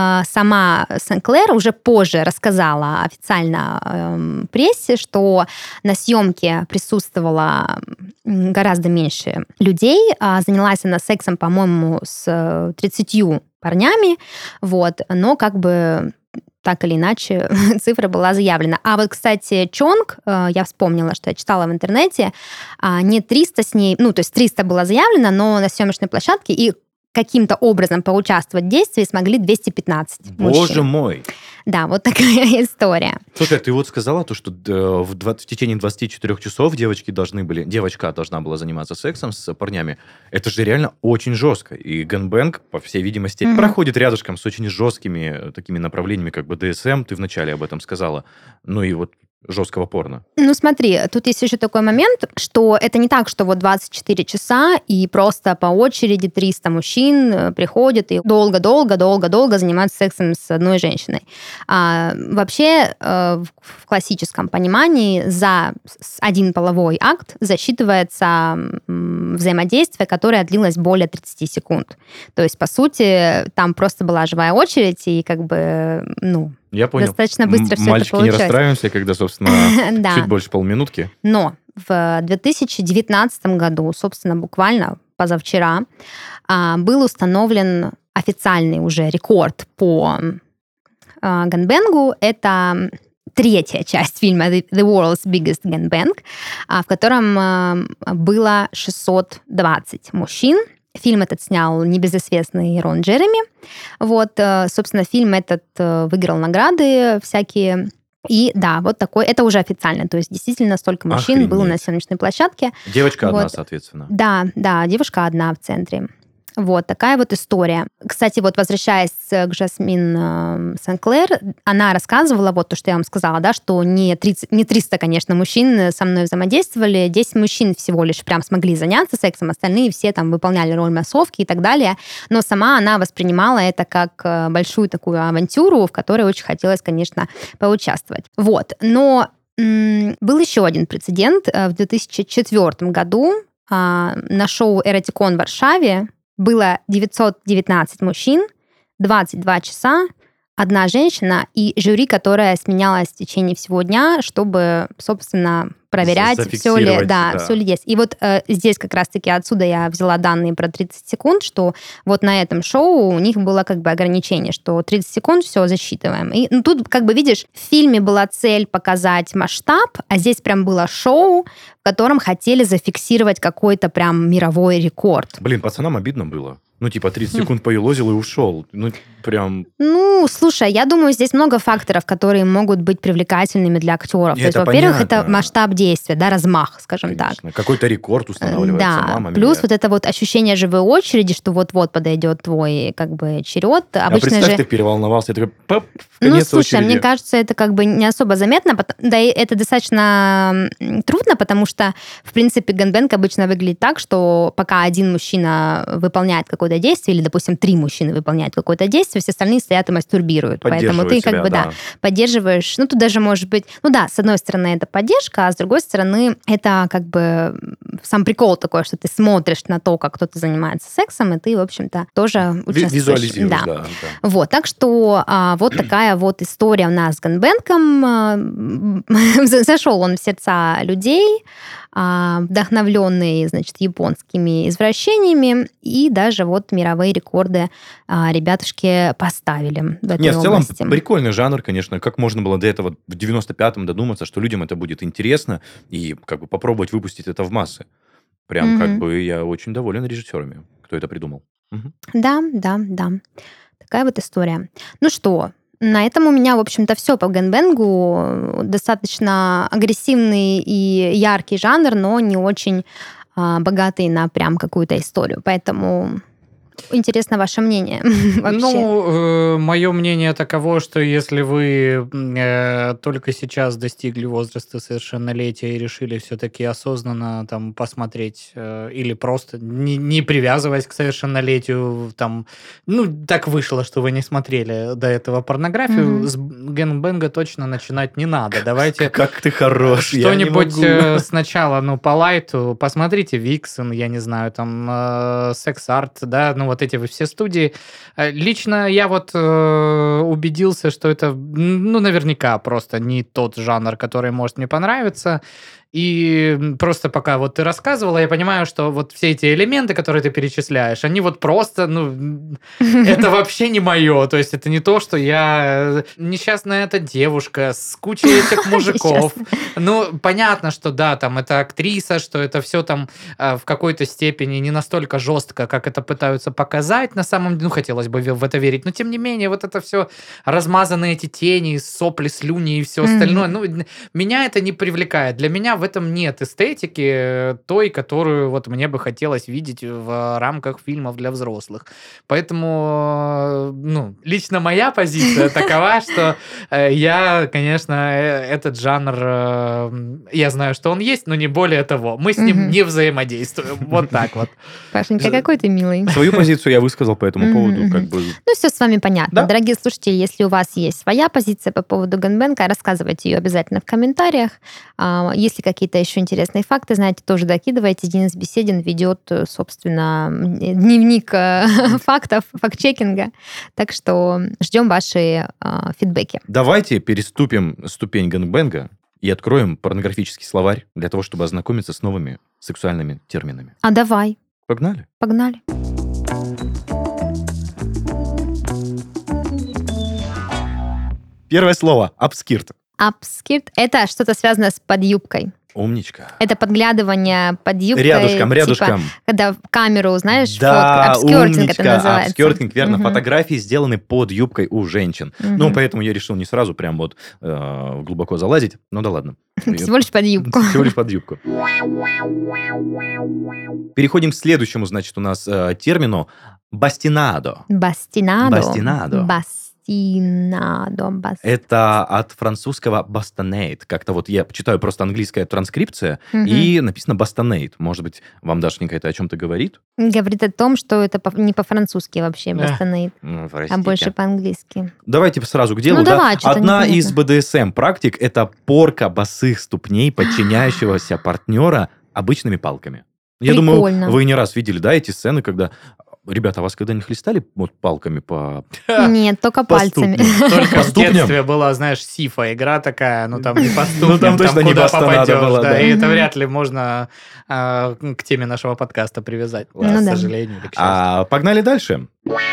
сама Сен-Клэр уже позже рассказала официально э, прессе, что на съемке присутствовало гораздо меньше людей. А занялась она сексом, по-моему, с тридцатью парнями, вот, но как бы так или иначе цифра была заявлена. А вот, кстати, Чонг, э, я вспомнила, что я читала в интернете, э, не триста с ней, ну, то есть триста было заявлено, но на съемочной площадке и каким-то образом поучаствовать в действии смогли двести пятнадцать мужчин. Боже мой! Да, вот такая история. Слушай, ты вот сказала то, что э, в, двадцать, в течение двадцати четырёх часов девочки должны были, девочка должна была заниматься сексом с парнями. Это же реально очень жестко. И гэнгбэнг, по всей видимости, mm-hmm. проходит рядышком с очень жесткими такими направлениями, как бэ дэ эс эм, ты вначале об этом сказала. Ну и вот жесткого порно. Ну смотри, тут есть еще такой момент, что это не так, что вот двадцать четыре часа и просто по очереди триста мужчин приходят и долго-долго-долго-долго занимаются сексом с одной женщиной. А, вообще э, в классическом понимании за один половой акт засчитывается м, взаимодействие, которое длилось более тридцати секунд. То есть, по сути, там просто была живая очередь и как бы, ну... Я понял. Достаточно быстро все Мальчики, это получилось. не расстраиваемся, когда, собственно, да. чуть больше полминутки. Но в две тысячи девятнадцатом году, собственно, буквально позавчера, был установлен официальный уже рекорд по гэнгбэнгу. Это третья часть фильма «The World's Biggest Gangbang», в котором было шестьсот двадцать мужчин. Фильм этот снял небезызвестный Рон Джереми. Вот, собственно, фильм этот выиграл награды всякие. И да, вот такой, это уже официально. То есть действительно столько мужчин Охренеть. Было на съемочной площадке. Девочка вот. Одна, соответственно. Да, да, девушка одна в центре. Вот такая вот история. Кстати, вот возвращаясь к Жасмин э, Сен-Клэр, она рассказывала вот то, что я вам сказала, да, что не, тридцать, не триста, конечно, мужчин со мной взаимодействовали, десять мужчин всего лишь прям смогли заняться сексом, остальные все там выполняли роль массовки и так далее. Но сама она воспринимала это как большую такую авантюру, в которой очень хотелось, конечно, поучаствовать. Вот. Но м- был еще один прецедент. В две тысячи четвёртом году э, на шоу «Эротикон» в Варшаве было девятьсот девятнадцать мужчин, двадцать два часа, одна женщина и жюри, которая сменялась в течение всего дня, чтобы, собственно, проверять, все ли, да, да. все ли есть. И вот э, здесь как раз-таки отсюда я взяла данные про тридцать секунд, что вот на этом шоу у них было как бы ограничение, что тридцать секунд, все, засчитываем. И ну, тут, как бы, видишь, в фильме была цель показать масштаб, а здесь прям было шоу, в котором хотели зафиксировать какой-то прям мировой рекорд. Блин, пацанам обидно было. Ну, типа, тридцать секунд поелозил и ушел. Ну, прям... Ну, слушай, я думаю, здесь много факторов, которые могут быть привлекательными для актеров. То есть, во-первых, это масштаб действия, да, размах, скажем Конечно. так. Какой-то рекорд устанавливается. Да, Мама плюс меня. вот это вот ощущение живой очереди, что вот-вот подойдет твой, как бы, черед. А Обычно представь, же... ты переволновался, ты такой, пап, в Ну, конец слушай, очереди. мне кажется, это как бы не особо заметно, да и это достаточно трудно, потому что, в принципе, гэнгбэнг обычно выглядит так, что пока один мужчина выполняет какое-то действие, или, допустим, три мужчины выполняют какое-то действие, все остальные стоят и мастурбируют. Поэтому ты себя, как бы, да. да, поддерживаешь, ну, тут даже может быть, ну да, с одной стороны это поддержка, а с другой стороны это как бы сам прикол такой, что ты смотришь на то, как кто-то занимается сексом, и ты, в общем-то, тоже участвуешь. Визуализируешь, да. да. да. Вот, так что а, вот такая вот история у нас с гэнгбэнгом. Зашел он в сердца людей, а, вдохновленные, значит, японскими извращениями, и даже вот мировые рекорды а, ребятушки поставили в этой Нет, в целом области. прикольный жанр, конечно. Как можно было до этого в девяносто пятом додуматься, что людям это будет интересно, и как бы попробовать выпустить это в массы. Прям Мгм. как бы я очень доволен режиссерами, кто это придумал. Мгм. Да, да, да. Такая вот история. Ну что, на этом у меня, в общем-то, все по гэнбэнгу. Достаточно агрессивный и яркий жанр, но не очень а, богатый на прям какую-то историю. Поэтому интересно ваше мнение вообще. Ну, мое мнение таково, что если вы э, только сейчас достигли возраста совершеннолетия и решили все-таки осознанно там посмотреть э, или просто не, не привязываясь к совершеннолетию, там, ну, так вышло, что вы не смотрели до этого порнографию, Мгм. с гэнбэнга точно начинать не надо. Давайте Как ты хорош, я не что-нибудь могу. э, сначала, ну, по лайту, посмотрите Виксен, я не знаю, там, э, секс-арт, да, ну, вот эти вы все студии. Э, Лично я вот э, убедился, что это, м, ну, наверняка просто не тот жанр, который может мне понравиться. И м, просто пока вот ты рассказывала, я понимаю, что вот все эти элементы, которые ты перечисляешь, они вот просто, ну, м, это вообще не мое. То есть это не то, что я э, несчастная эта девушка с кучей этих мужиков. Ну, понятно, что да, там это актриса, что это все там э, в какой-то степени не настолько жестко, как это пытаются показать. На самом деле, ну, хотелось бы в это верить. Но, тем не менее, вот это все размазанные эти тени, сопли, слюни и все Мгм. остальное. Ну, н- меня это не привлекает. Для меня в этом нет эстетики э, той, которую вот мне бы хотелось видеть в рамках фильмов для взрослых. Поэтому, э, ну, лично моя позиция такова, что э, я, конечно, э, этот жанр, э, м, я знаю, что он есть, но не более того. Мы с ним Мгм. не взаимодействуем. Вот так вот. Пашенька, какой ты милый. Свою позицию я высказал по этому Мгм, поводу, мгм. как бы... Ну, все с вами понятно. Да. Дорогие слушатели, если у вас есть своя позиция по поводу гэнбэнга, рассказывайте ее обязательно в комментариях. А, Если какие-то еще интересные факты, знаете, тоже докидывайте. Денис Беседин ведет, э, собственно, м, дневник э, фактов, факт-чекинга. Так что ждем ваши а, фидбэки. Давайте переступим ступень гэнбэнга и откроем порнографический словарь для того, чтобы ознакомиться с новыми сексуальными терминами. А давай, Погнали. погнали. Первое слово. Апскирт. Апскирт — это что-то связанное с подюбкой. Умничка. Это подглядывание под юбкой. Рядышком, типа, рядышком. когда в камеру, знаешь, Да, фотка. Апскёртинг это умничка. называется. Апскёртинг, верно. Мгм. Фотографии сделаны под юбкой у женщин. Мгм. Ну, поэтому я решил не сразу прям вот э, глубоко залазить. Ну да ладно. Всего лишь под юбку. Всего лишь под юбку. Переходим к следующему, значит, у нас э, термину бастинадо. Бастинадо. Бастинадо. Бастинадо. бас- Это от французского бастонейт. Как-то вот я читаю просто английская транскрипция, Мгм. и написано бастонейт. Может быть, вам, Дашенька, это о чем-то говорит? Говорит о том, что это по- не по-французски вообще Да. бастонейт, Ну, а простите. больше по-английски. Давайте сразу к делу. Ну, да? давай, что-то Одна непонятно. из бэ дэ эс эм практик – это порка босых ступней подчиняющегося партнера обычными палками. Я думаю, Прикольно. вы не раз видели, да, эти сцены, когда... Ребята, а вас когда не хлестали вот палками по... Нет, только по пальцами. ступням? Только По в ступням? детстве была, знаешь, сифа игра такая, ну там не по Ну, ступням, там точно не куда бастонада попадешь, была, да, да. и это Мгм. вряд ли можно а, к теме нашего подкаста привязать, Ну к да. сожалению или к счастью. А, погнали дальше.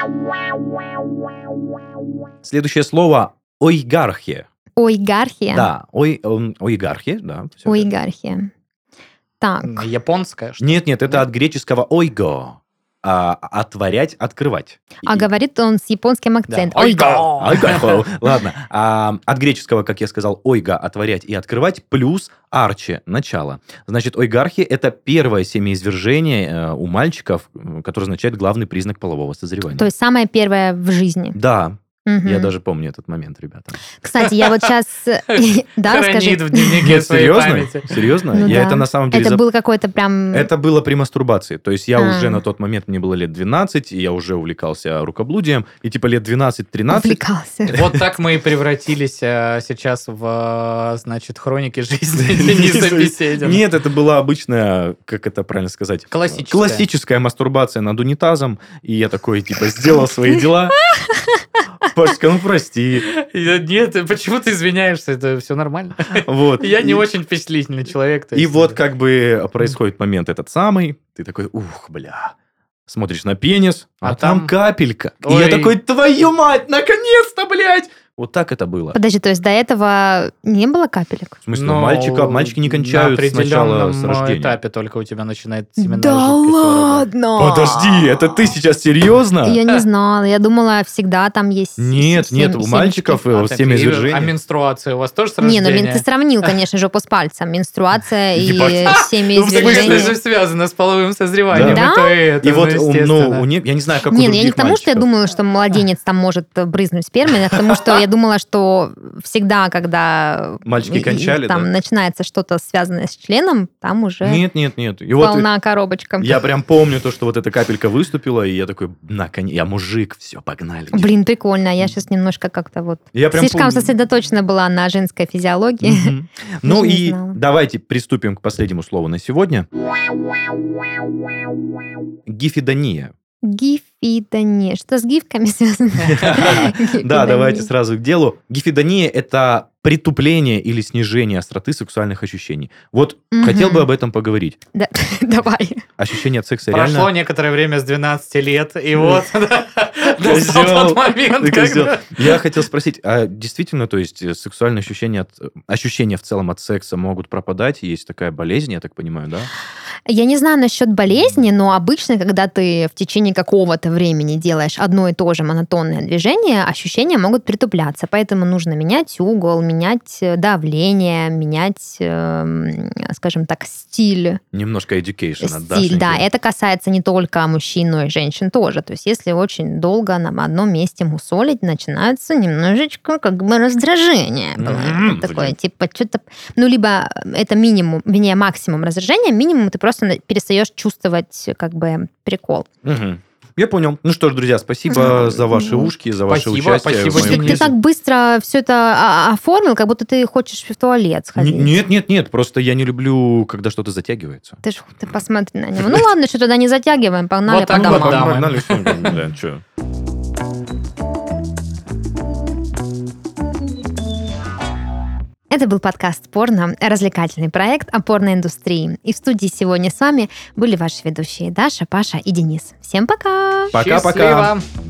Следующее слово – ойгархия. Ойгархия. Да, ой, ом, ойгархия, да. всё верно. Ойгархия. Так. Японская, что ли? Нет, нет, это от греческого ойго. а, отворять, открывать. А И- говорит он с японским акцентом. Ойга! Ойга. Ладно. А, от греческого, как я сказал, ойга, отворять и открывать, плюс арчи, начало. Значит, ойгархия – это первое семяизвержение э, у мальчиков, э, которое означает главный признак полового созревания. То есть самое первое в жизни. Да, Мгм. я даже помню этот момент, ребята. Кстати, я вот сейчас... Да, Хранит расскажи. в дневнике Нет, своей серьезно? памяти. Серьезно? Ну Я да. это на самом деле... Это зап- был какой-то прям... Это было при мастурбации. То есть я А. уже на тот момент, мне было лет двенадцать, и я уже увлекался рукоблудием, и типа лет двенадцать-тринадцать... Увлекался. Вот так мы и превратились э, сейчас в, э, значит, хроники жизни Дениса Беседина. Нет, это была обычная, как это правильно сказать? Классическая. Классическая мастурбация над унитазом. И я такой, типа, сделал свои дела. Пашка, ну прости. Нет, почему ты извиняешься? Это все нормально. Вот. Я не И- очень впечатлительный человек. то И есть, вот да. как бы происходит момент этот самый, ты такой, ух, бля. Смотришь на пенис, а, А там, там- капелька. И Ой. я такой, твою мать, наконец-то, блядь! Вот так это было. Подожди, то есть до этого не было капелек? В смысле, Ну, мальчика, мальчики не кончают на сначала с определенном рождения. этапе только у тебя начинает семенная Да жидкость вырабатываться. ладно! Подожди, это ты сейчас серьезно? Я не знала, я думала, всегда там есть... Нет, сем- нет, у семечки. мальчиков А э, так, семя и- А извержения. менструация у вас тоже с Не, ну рождения? мин- ты сравнил, конечно, жопу с пальцем. Менструация и Ебать. семя Ну, в смысле, это же извержения. связано с половым созреванием. Да? Это, это, И вот, ну, у- естественно. ну, у не- я не знаю, как у Не, ну я не других к тому, что я мальчиков. думала, что младенец там может брызнуть спермой, а к тому, что я думала, что всегда, когда Мальчики и- и кончали, там да? начинается что-то связанное с членом, там уже Нет, нет, нет. И вот полна коробочка. я прям помню то, что вот эта капелька выступила, и я такой, наконец, я мужик, все, погнали. Блин, прикольно. Я сейчас немножко как-то вот Я прям слишком помню. сосредоточена была на женской физиологии. Мгм. Ну Даже не и знала. давайте приступим к последнему слову на сегодня. Гифидония. Гифидония. Что с гифками связано? Да, давайте Гифидония. сразу к делу. Гифидония – это притупление или снижение остроты сексуальных ощущений. Вот Мгм. хотел бы об этом поговорить. Да, давай. Ощущение от секса Прошло реально... некоторое время с двенадцати лет, и вот настал Козёл. тот момент, Ты козёл. когда... Я хотел спросить, а действительно, то есть э, сексуальные ощущения, от, ощущения в целом от секса могут пропадать? Есть такая болезнь, я так понимаю, да? Я не знаю насчет болезни, но обычно, когда ты в течение какого-то времени делаешь одно и то же монотонное движение, ощущения могут притупляться. Поэтому нужно менять угол, менять э, давление, менять, эм, скажем так, стиль. Немножко education от Стиль, да, Дашеньки. это касается не только мужчин, но и женщин тоже. То есть если очень долго на одном месте мусолить, начинается немножечко как бы раздражение. бывает. М, Такое, блин. типа, что-то... Ну, либо это минимум, вернее, максимум раздражения, минимум ты просто на- перестаешь чувствовать как бы прикол. Мгм. Я понял. Ну что ж, друзья, спасибо за ваши ушки, за ваше Спасибо, участие. спасибо, в Слушай, моем ты Денис. квизе. так быстро все это а- оформил, как будто ты хочешь в туалет Н- сходить. Нет, нет, нет, просто я не люблю, когда что-то затягивается. Ты, ж, ты посмотри на него. Ну ладно, что тогда не затягиваем, погнали Вот по так домам. вот, дамы. Погнали, что, бля, чё? Это был подкаст «Порно», развлекательный проект о порноиндустрии. И в студии сегодня с вами были ваши ведущие Даша, Паша и Денис. Всем пока! Пока-пока. Счастливо.